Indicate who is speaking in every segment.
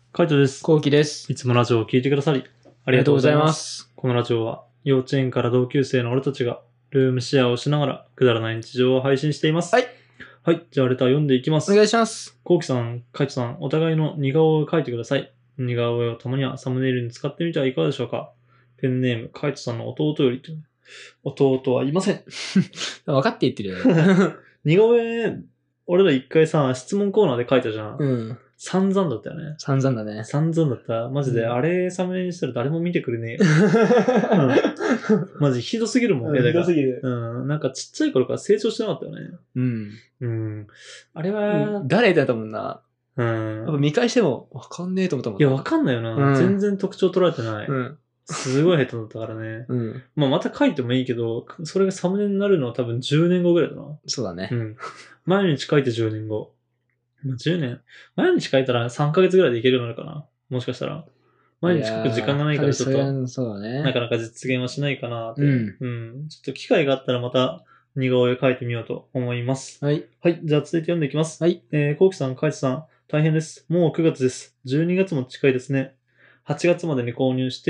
Speaker 1: カイトです。
Speaker 2: こうきです。
Speaker 1: いつもラジオを聞いてくださり、ありがとうございます。このラジオは、幼稚園から同級生の俺たちが、ルームシェアをしながら、くだらない日常を配信しています。
Speaker 2: はい。
Speaker 1: はい。じゃあ、レター読んでいきます。
Speaker 2: お願いします。
Speaker 1: コウキさん、カイトさん、お互いの似顔絵を描いてください。似顔絵をたまにはサムネイルに使ってみてはいかがでしょうか。ペンネーム、カイトさんの弟よりと。弟はいません。
Speaker 2: 分かって言ってるよね。
Speaker 1: 似顔絵、俺ら一回さ、質問コーナーで描いたじゃん。
Speaker 2: うん。
Speaker 1: 散々だったよね。
Speaker 2: 散々だね。
Speaker 1: 散々だった。マジで、
Speaker 2: うん
Speaker 1: あれサムネにしたら誰も見てくれねえよ。マジひどすぎるもん、
Speaker 2: ひどすぎる。
Speaker 1: うん。なんかちっちゃい頃から成長してなかったよね。
Speaker 2: うん。
Speaker 1: うん。あれは、
Speaker 2: 誰だったもんな。
Speaker 1: う
Speaker 2: やっぱ
Speaker 1: ん。
Speaker 2: 見返しても分かんねえと思ったもん
Speaker 1: いや、
Speaker 2: な。
Speaker 1: わかんないよな。全然特徴捉えてない。
Speaker 2: うん。
Speaker 1: すごい下手だったからね。
Speaker 2: うん。
Speaker 1: まあ、また書いてもいいけど、それがサムネになるのは多分10年後ぐらいだな。
Speaker 2: そうだね。
Speaker 1: うん。毎日書いて10年後。まあ、10年。毎日書いたら3ヶ月ぐらいでいけるようになるかな。もしかしたら。毎日書く時間がないからちょっと、
Speaker 2: そうだね。
Speaker 1: なかなか実現はしないかなって。
Speaker 2: うん。
Speaker 1: ちょっと機会があったらまた似顔絵描いてみようと思います。
Speaker 2: はい。
Speaker 1: はい。じゃあ続いて読んでいきます。
Speaker 2: はい。
Speaker 1: コウキさん、カイツさん、大変です。もう9月です。12月も近いですね。8月までに購入して、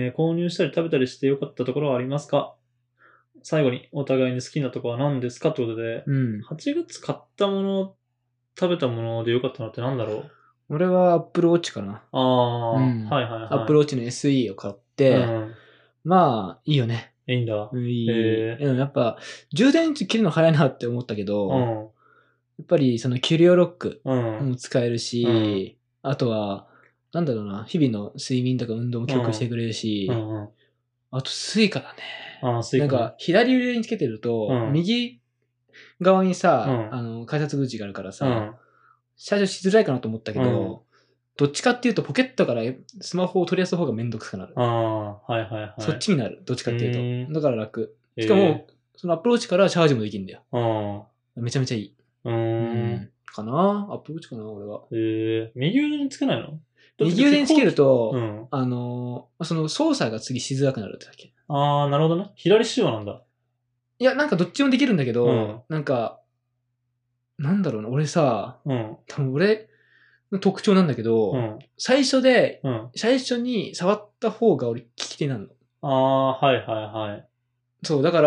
Speaker 1: 購入したり食べたりして良かったところはありますか？最後に、お互いに好きなところは何ですかってことで、8月買ったもの、食べたもので良かったのって何だろう？
Speaker 2: 俺はアップルウォッチかな。
Speaker 1: はいはいはい。
Speaker 2: アップルウォッチの SE を買って、まあ、いいよね。
Speaker 1: いいんだ。
Speaker 2: いい。やっぱ、充電切るの早いなって思ったけど、やっぱりそのキュリオロックも使えるし、あとは、なんだろうな、日々の睡眠とか運動も記録してくれるし、あとスイカだね。なんか、左腕につけてると、右側にさ、改札口があるからさ、最初しづらいかなと思ったけど、どっちかっていうとポケットからスマホを取り出す方がめんどくさくなる。そっちになる。どっちかっていうと。だから楽。しかも、そのアプローチからチャージもできるんだよ。めちゃめちゃいい。かなアプローチかな俺は。
Speaker 1: 右腕につけないの？
Speaker 2: 右腕につけると、その操作が次しづらくなるってだけ。
Speaker 1: なるほどね。左仕様なんだ。
Speaker 2: いや、なんかどっちもできるんだけど、なんか、なんだろうな、俺さ、多分俺の特徴なんだけど、最初に触った方が俺利き手なの。
Speaker 1: はいはいはい。
Speaker 2: そう、だから、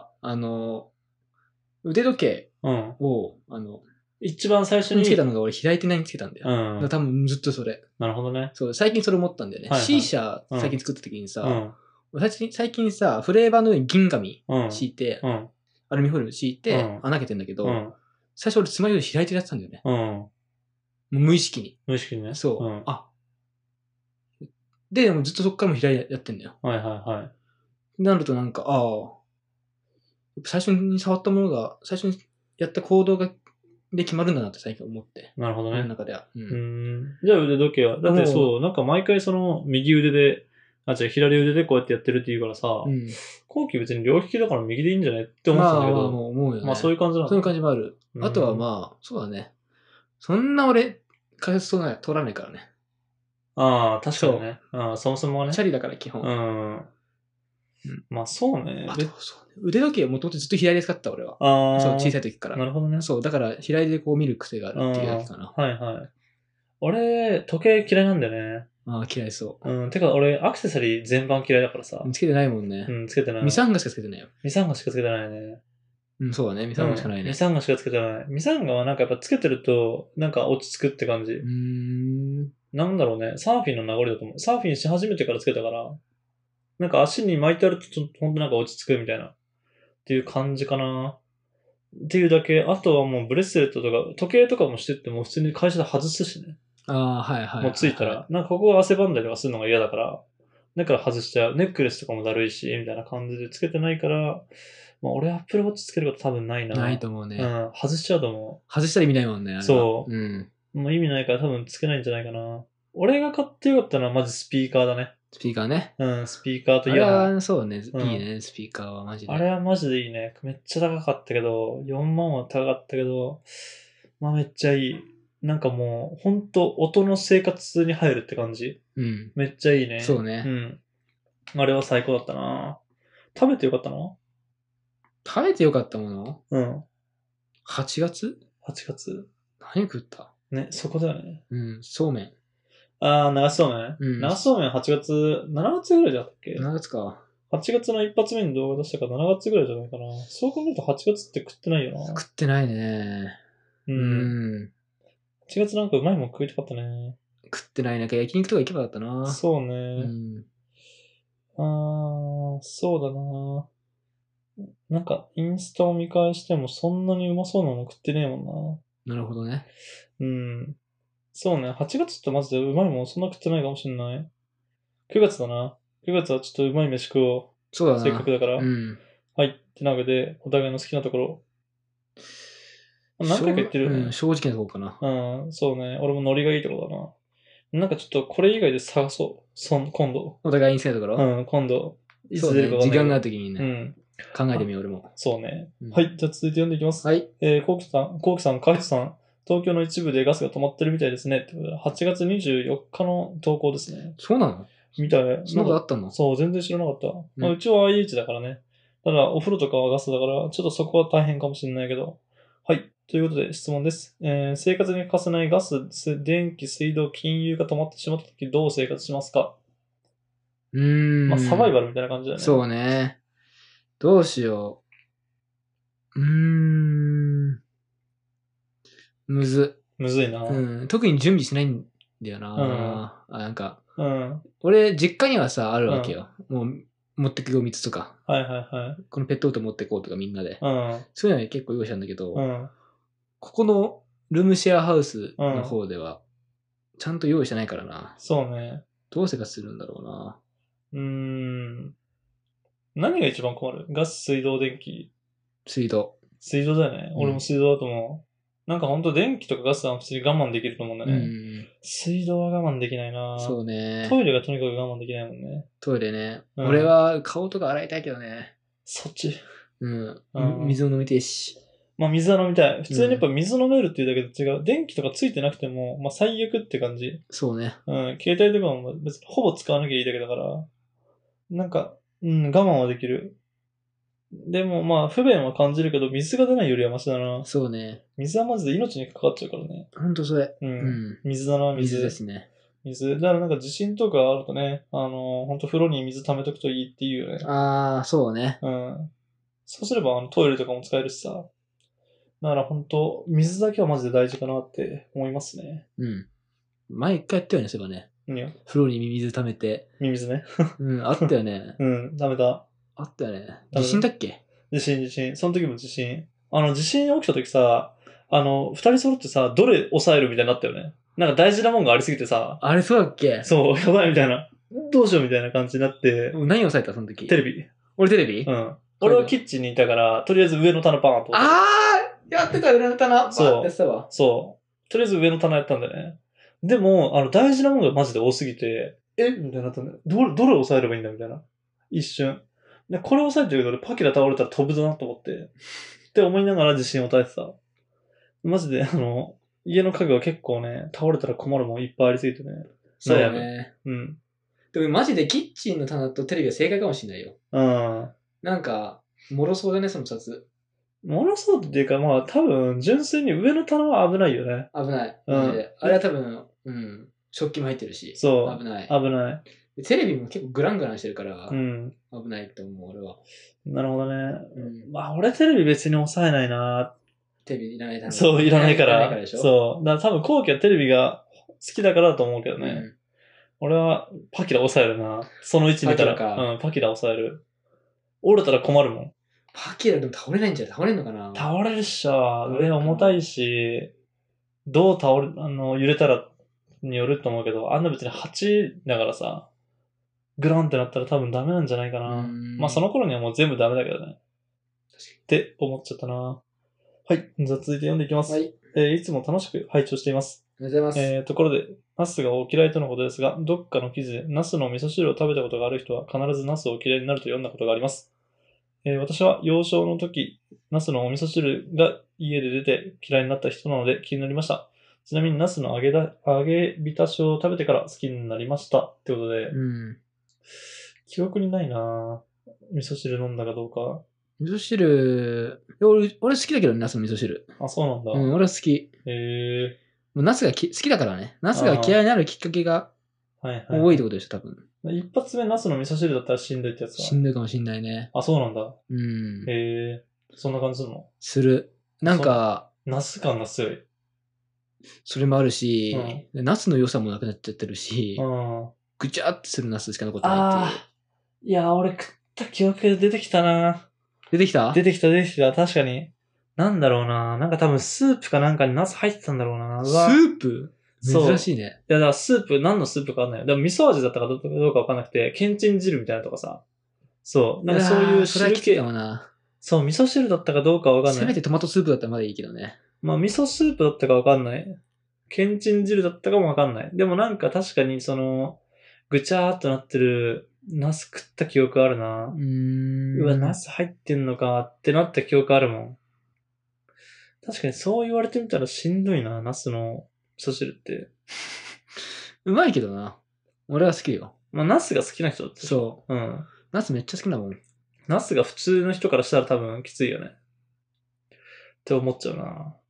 Speaker 2: 腕時計を、
Speaker 1: 一番最初に
Speaker 2: つけたのが俺左手につけたんだよ。だから多分ずっとそれ。
Speaker 1: なるほどね。
Speaker 2: そう、最近それ思ったんだよね。C 社最近作った時にさ、最近さ、フレーバーの上に銀紙敷いて、アルミホイル敷いて、穴開けてんだけど、最初俺つまようじ左手でやってたんだよね。もう無意識に。
Speaker 1: 無意識にね。
Speaker 2: そう。でもずっとそっからも左やってんだよ。
Speaker 1: はいはいはい。
Speaker 2: なるとなんか、最初に触ったものが、最初にやった行動で決まるんだなって最近思って。
Speaker 1: なるほどね。
Speaker 2: の中では。
Speaker 1: じゃあ腕時計は、だってそう、なんか毎回その右腕で、左腕でこうやってやってるって言うからさ、後期別に両利きだから右でいいんじゃねって思ってたんだけど、
Speaker 2: もう思うよね。
Speaker 1: まあそういう感じなの。
Speaker 2: そういう感じもある。あとはまあ、そうだね。そんな俺、開発取らないからね。
Speaker 1: 確かにね。そもそもね。
Speaker 2: チャリだから基本。
Speaker 1: まあそうね。
Speaker 2: 腕時計はもともとずっと左で使った俺は。そう、小さい時から。
Speaker 1: なるほどね。
Speaker 2: そう、だから左でこう見る癖があるっていうだけかな。
Speaker 1: はいはい。俺、時計嫌いなんだよね。
Speaker 2: 嫌いそう。
Speaker 1: てか俺、アクセサリー全般嫌いだからさ。
Speaker 2: つけてないもんね。
Speaker 1: つけてない。
Speaker 2: ミサンガしかつけてないよ。
Speaker 1: ミサンガしかつけてないね。
Speaker 2: そうだね。ミサンガしかないね。
Speaker 1: ミサンガしかつけてない。ミサンガはなんかやっぱつけてると、なんか落ち着くって感じ。なんだろうね。サーフィンの名残だと思う。サーフィンし始めてからつけたから、なんか足に巻いてあるとちょっとほんとなんか落ち着くみたいな。っていう感じかな。っていうだけ。あとはもうブレスレットとか、時計とかもしてっても普通に会社で外すしね。
Speaker 2: はいはい。
Speaker 1: もうついたら。なんかここが汗ばんだりとかするのが嫌だから。だから外しちゃう。ネックレスとかもだるいし、みたいな感じでつけてないから、まあ俺アップルウォッチつけること多分ないな。
Speaker 2: ないと思うね。
Speaker 1: 外しちゃうと思う。
Speaker 2: 外したら意味ないもんね。
Speaker 1: そう。もう意味ないから多分つけないんじゃないかな。俺が買ってよかったのはまずスピーカーだね。
Speaker 2: スピーカーね。
Speaker 1: スピーカーとイヤホン。
Speaker 2: そうね。いいね、スピーカーはマジで。
Speaker 1: あれはマジでいいね。めっちゃ高かったけど、4万は高かったけど、まあめっちゃいい。なんかもう、ほんと音の生活に入るって感じ。めっちゃいいね。
Speaker 2: そうね。
Speaker 1: あれは最高だったな。食べてよかったの？
Speaker 2: 食べてよかったもの？8月
Speaker 1: ?8 月。
Speaker 2: 何食った？
Speaker 1: ね、そこだよね。
Speaker 2: そうめん。
Speaker 1: あー、流しそうめん。
Speaker 2: うん
Speaker 1: 流しそうめん8月、7月ぐらいじゃったっけ？
Speaker 2: 7月か。
Speaker 1: 8 月の一発目に動画出したから7月ぐらいじゃないかな。そう考えると8月って食ってないよな。
Speaker 2: 食ってないね。
Speaker 1: 8月なんかうまいもん食いたかったね。
Speaker 2: 食ってない。なんか焼肉とか行けばよかったな。
Speaker 1: そう
Speaker 2: う
Speaker 1: ね。
Speaker 2: ん。
Speaker 1: そうだな。なんか、インスタを見返してもそんなにうまそうなの食ってねえも
Speaker 2: なるほどね。
Speaker 1: んな。そうね。8月ってマジでうまいもんそんな食ってないかもしんない。9月だな。9月はちょっとうまい飯食おう。
Speaker 2: そうだな。
Speaker 1: せっかくだから。
Speaker 2: うん。
Speaker 1: はい。ってなわけで、お互いの好きなところ。何回か言ってるよね。
Speaker 2: 正直なとこかな。
Speaker 1: うん、そうね。俺もノリがいいところだな。なんかちょっとこれ以外で探そう。今度。
Speaker 2: お互いに好きなところ
Speaker 1: 今度。い
Speaker 2: そうね。
Speaker 1: つ出るかわかんないけど。
Speaker 2: 時間があるときにね。考えてみよう、俺も。
Speaker 1: そうね。
Speaker 2: うん
Speaker 1: はい。じゃあ続いて読んでいきます。
Speaker 2: はい。
Speaker 1: コウキさん、カイトさん。東京の一部でガスが止まってるみたいですね。ってことで8月24日の投稿ですね。
Speaker 2: そうなの
Speaker 1: みたい。
Speaker 2: そんなことあったの
Speaker 1: そう、全然知らなかった。まあ、うちは IH だからね。ただ、お風呂とかはガスだから、ちょっとそこは大変かもしれないけど。はい。ということで質問です。生活に欠かせないガス、電気、水道、金融が止まってしまったときどう生活しますか？まあ、サバイバルみたいな感じだよね。
Speaker 2: そうね。どうしよう。むず
Speaker 1: いな。
Speaker 2: 特に準備しないんだよな。なんか、
Speaker 1: うん。
Speaker 2: 俺、実家にはさ、あるわけよ。もう、持ってくよ、3つとか。
Speaker 1: はいはいはい。
Speaker 2: このペットボトル持ってこうとかみんなで。
Speaker 1: うん。
Speaker 2: そういうのは結構用意したんだけど、
Speaker 1: うん。
Speaker 2: ここのルームシェアハウスの方では、ちゃんと用意してないからな。
Speaker 1: そうね。
Speaker 2: どう生活するんだろうな。
Speaker 1: 何が一番困る？ガス、水道、電気。
Speaker 2: 水道。
Speaker 1: 水道だよね。俺も水道だと思う。なんかほんと電気とかガスは普通に我慢できると思うんだよね。水道は我慢できないな。
Speaker 2: そうね。
Speaker 1: トイレがとにかく我慢できないもんね。
Speaker 2: トイレね。俺は顔とか洗いたいけどね。
Speaker 1: そっち。
Speaker 2: 水を飲みてえし。
Speaker 1: まあ水は飲みたい。普通にやっぱ水飲めるっていうだけで違う。電気とかついてなくても、まあ最悪って感じ。
Speaker 2: そうね。
Speaker 1: 携帯とかも別にほぼ使わなきゃいいだけだから。なんか、我慢はできる。でもまあ不便は感じるけど、水が出ないよりはマシだな。
Speaker 2: そうね。
Speaker 1: 水はマジで命にかかっちゃうからね。
Speaker 2: ほんとそれ。
Speaker 1: 水だな、水。
Speaker 2: 水ですね。
Speaker 1: 水。だからなんか地震とかあるとね、ほんと風呂に水溜めとくといいっていうよね。
Speaker 2: そうね。
Speaker 1: そうすればトイレとかも使えるしさ。だからほんと、水だけはマジで大事かなって思いますね。
Speaker 2: 前一回やったよね、そういえばね。風呂に水溜めて。
Speaker 1: 水ね。
Speaker 2: あったよね。
Speaker 1: 溜めた。
Speaker 2: あったよね。地震だっけ？
Speaker 1: 地震。その時も地震。地震起きた時さ、二人揃ってさ、どれ抑えるみたいになったよね。なんか大事なもんがありすぎてさ。
Speaker 2: あれそうだっけ？
Speaker 1: そう、やばいみたいな。どうしようみたいな感じになって。
Speaker 2: 何抑えたその時？
Speaker 1: テレビ。
Speaker 2: 俺テレビ？
Speaker 1: 俺はキッチンにいたから、とりあえず上の棚パーンと。
Speaker 2: やってた、上の棚。
Speaker 1: そう。とりあえず上の棚やったんだよね。でも、大事なものがマジで多すぎて、みたいになったんだよ。どれ抑えればいいんだみたいな。一瞬。で、これ抑えてるけど、俺パキラ倒れたら飛ぶぞなと思って。って思いながら地震を耐えてた。マジで、家の家具は結構ね、倒れたら困るもんいっぱいありすぎてね。
Speaker 2: そうね。でもマジでキッチンの棚とテレビは正解かもしれないよ。なんか、脆そうだね、その2つ。
Speaker 1: 脆そうっていうか、まあ多分、純粋に上の棚は危ないよね。
Speaker 2: 危ない。あれは多分、食器も入ってるし。
Speaker 1: そう。
Speaker 2: 危ない。
Speaker 1: 危ない。
Speaker 2: テレビも結構グラングランしてるから、危ないと思う、俺は。
Speaker 1: なるほどね。まあ、俺テレビ別に抑えないな。
Speaker 2: テレビいらないだろう。
Speaker 1: そう、いらないから。そう。だから多分後期はテレビが好きだからだと思うけどね。俺はパキラ抑えるな。その位置にいたら。パキラ抑える。折れたら困るもん。
Speaker 2: パキラでも倒れないんじゃ倒れんのかな？
Speaker 1: 倒れるっしょ。上重たいし、どう揺れたらによると思うけど、あんな別に8だからさ、グランってなったら多分ダメなんじゃないかな。まあその頃にはもう全部ダメだけどね。って思っちゃったな。はい。じゃあ続いて読んでいきます。いつも楽しく拝聴しています。
Speaker 2: ありがとうございます。
Speaker 1: ところで、ナスがお嫌いとのことですが、どっかの記事でナスの味噌汁を食べたことがある人は必ずナスを嫌いになると読んだことがあります。私は幼少の時、ナスのお味噌汁が家で出て嫌いになった人なので気になりました。ちなみにナスの揚げ浸しを食べてから好きになりました。ってことで、記憶にないなぁ。味噌汁飲んだかどうか。
Speaker 2: 味噌汁、俺好きだけどね、ナスの味噌汁。
Speaker 1: あ、そうなんだ。
Speaker 2: 俺は好き。 もうナスが好きだからね。ナスが嫌いになるきっかけが多いってことでしょ、多分。
Speaker 1: 一発目ナスの味噌汁だったらしんどいってやつは。
Speaker 2: しんどいかもしんないね。
Speaker 1: あ、そうなんだ。
Speaker 2: うん。
Speaker 1: へえ。そんな感じするの？
Speaker 2: する。なんか、
Speaker 1: ナス感が強い。
Speaker 2: それもあるし、ナスの良さもなくなっちゃってるし、ぐちゃってするナスしか残ってないっていう。
Speaker 1: いや、俺食った記憶で出てきたな。
Speaker 2: 出てきた。
Speaker 1: 確かに。なんだろうな。なんか多分スープかなんかにナス入ってたんだろうな。
Speaker 2: スープ珍しいね。
Speaker 1: いや、だからスープ、何のスープかわかんないよ。でも味噌味だったかどうかわかんなくて、けんちん汁みたいなとかさ。そう。なんかそういう
Speaker 2: 汁気。
Speaker 1: そう、味噌汁だったかどうかわかんない。
Speaker 2: せめてトマトスープだったらまだいいけどね。
Speaker 1: まあ味噌スープだったかわかんない。けんちん汁だったかもわかんない。でもなんか確かにぐちゃーっとなってるナス食った記憶あるな。うわ、ナス入ってんのかってなった記憶あるもん。確かにそう言われてみたらしんどいな、ナスの味噌汁って。
Speaker 2: うまいけどな。俺は好きよ。
Speaker 1: まあ、ナスが好きな人だって。
Speaker 2: そう。うん。ナスめっちゃ好きなもん。
Speaker 1: ナスが普通の人からしたら多分きついよね。って思っちゃう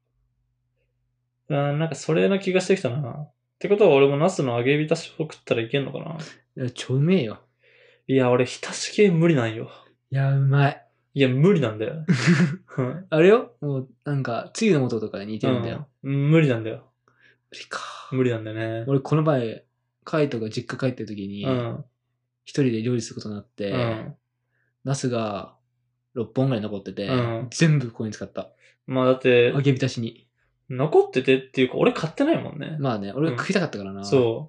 Speaker 1: な。なんかそれな気がしてきたな。ってことは俺もナスの揚げ浸しを食ったらいけんのかな。
Speaker 2: いや、超うめえよ。
Speaker 1: いや、俺浸し系無理なんよ。
Speaker 2: いや、うまい。
Speaker 1: いや、無理なんだよ。
Speaker 2: あれよもう、なんか、つゆの素とかに似てるんだよ。
Speaker 1: 無理なんだよ。
Speaker 2: 無理か。
Speaker 1: 無理なんだよね。
Speaker 2: 俺、この前、カイトが実家帰ってる時に、一人で料理することになって、ナスが6本ぐらい残ってて、全部ここに使った。
Speaker 1: まあだって、揚
Speaker 2: げ浸しに。
Speaker 1: 残っててっていうか、俺買ってないもんね。
Speaker 2: まあね、俺食いたかったからな。
Speaker 1: そう。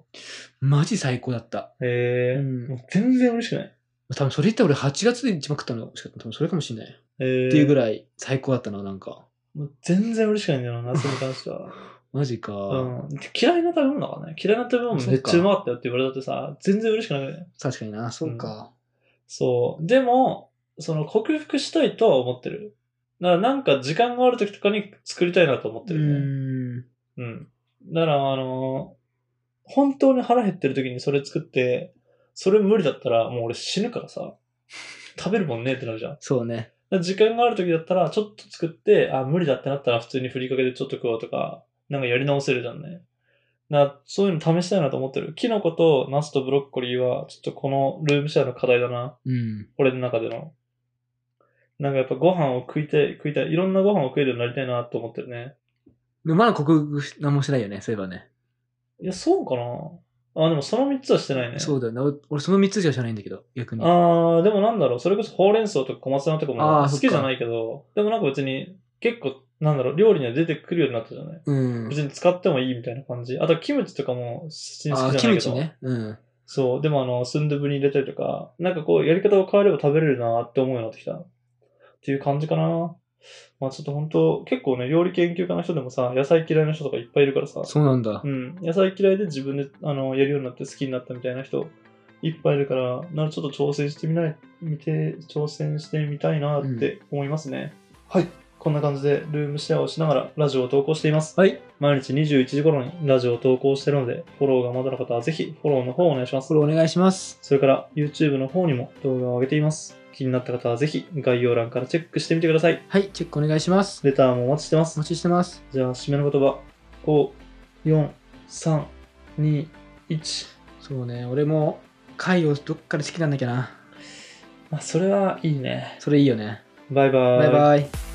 Speaker 2: マジ最高だった。
Speaker 1: へえ。もう全然嬉しくない。
Speaker 2: 多分それ言ったら俺8月で一番食ったのしか多分それかもしれない。っていうぐらい最高だったな、なんか。
Speaker 1: もう全然嬉しくないんだよな、ナスに関しては。
Speaker 2: マジか。
Speaker 1: 嫌いな食べ物だからね。嫌いな食べ物めっちゃうまかったよって言われたってさ、全然嬉しくなくね。
Speaker 2: 確かにな、そうか。
Speaker 1: そう。でも、克服したいとは思ってる。だからなんか時間がある時とかに作りたいなと思ってるね。だから本当に腹減ってる時にそれ作って、それ無理だったらもう俺死ぬからさ、食べるもんねってなるじゃん。
Speaker 2: そうね。
Speaker 1: 時間がある時だったらちょっと作って、無理だってなったら普通にふりかけでちょっと食おうとか、なんかやり直せるじゃんね。そういうの試したいなと思ってる。キノコとナスとブロッコリーは、ちょっとこのルームシェアの課題だな。俺の中での。なんかやっぱご飯を食いたい。いろんなご飯を食えるようになりたいなと思ってるね。
Speaker 2: でもまだ克服何もしてないよね、そういえばね。
Speaker 1: いや、そうかな。でもその3つはしてないね。
Speaker 2: そうだよね。俺その3つしか知らないんだけど、逆に。
Speaker 1: でもなんだろう。それこそほうれん草とか小松菜とかも好きじゃないけど、でもなんか別に結構、料理には出てくるようになったじゃない。別に使ってもいいみたいな感じ。あとキムチとかも普通に好きじゃないけど。キムチね。そう。でもスンドゥブに入れたりとか、なんかこうやり方を変えれば食べれるなって思うようになってきた。っていう感じかな。まあちょっと本当結構ね、料理研究家の人でもさ、野菜嫌いな人とかいっぱいいるからさ。
Speaker 2: そうなんだ。
Speaker 1: 野菜嫌いで自分でやるようになって好きになったみたいな人いっぱいいるから、ちょっと挑戦してみたいなって思いますね。はい。こんな感じでルームシェアをしながらラジオを投稿しています。はい。毎日21時頃にラジオを投稿しているので、フォローがまだの方はぜひフォローの方をお願いします。
Speaker 2: フォローお願いします。
Speaker 1: それから YouTube の方にも動画を上げています。気になった方はぜひ概要欄からチェックしてみてください。
Speaker 2: はい、チェックお願いします。
Speaker 1: レターもお待ちしてます。
Speaker 2: お待ちしてます。
Speaker 1: じゃあ、締めの言葉。5、4、3、2、1。
Speaker 2: そうね、俺も貝をどっかで好きなんだっけな。
Speaker 1: それはいいね。
Speaker 2: それいいよね。
Speaker 1: バイバイ。
Speaker 2: バイバイ。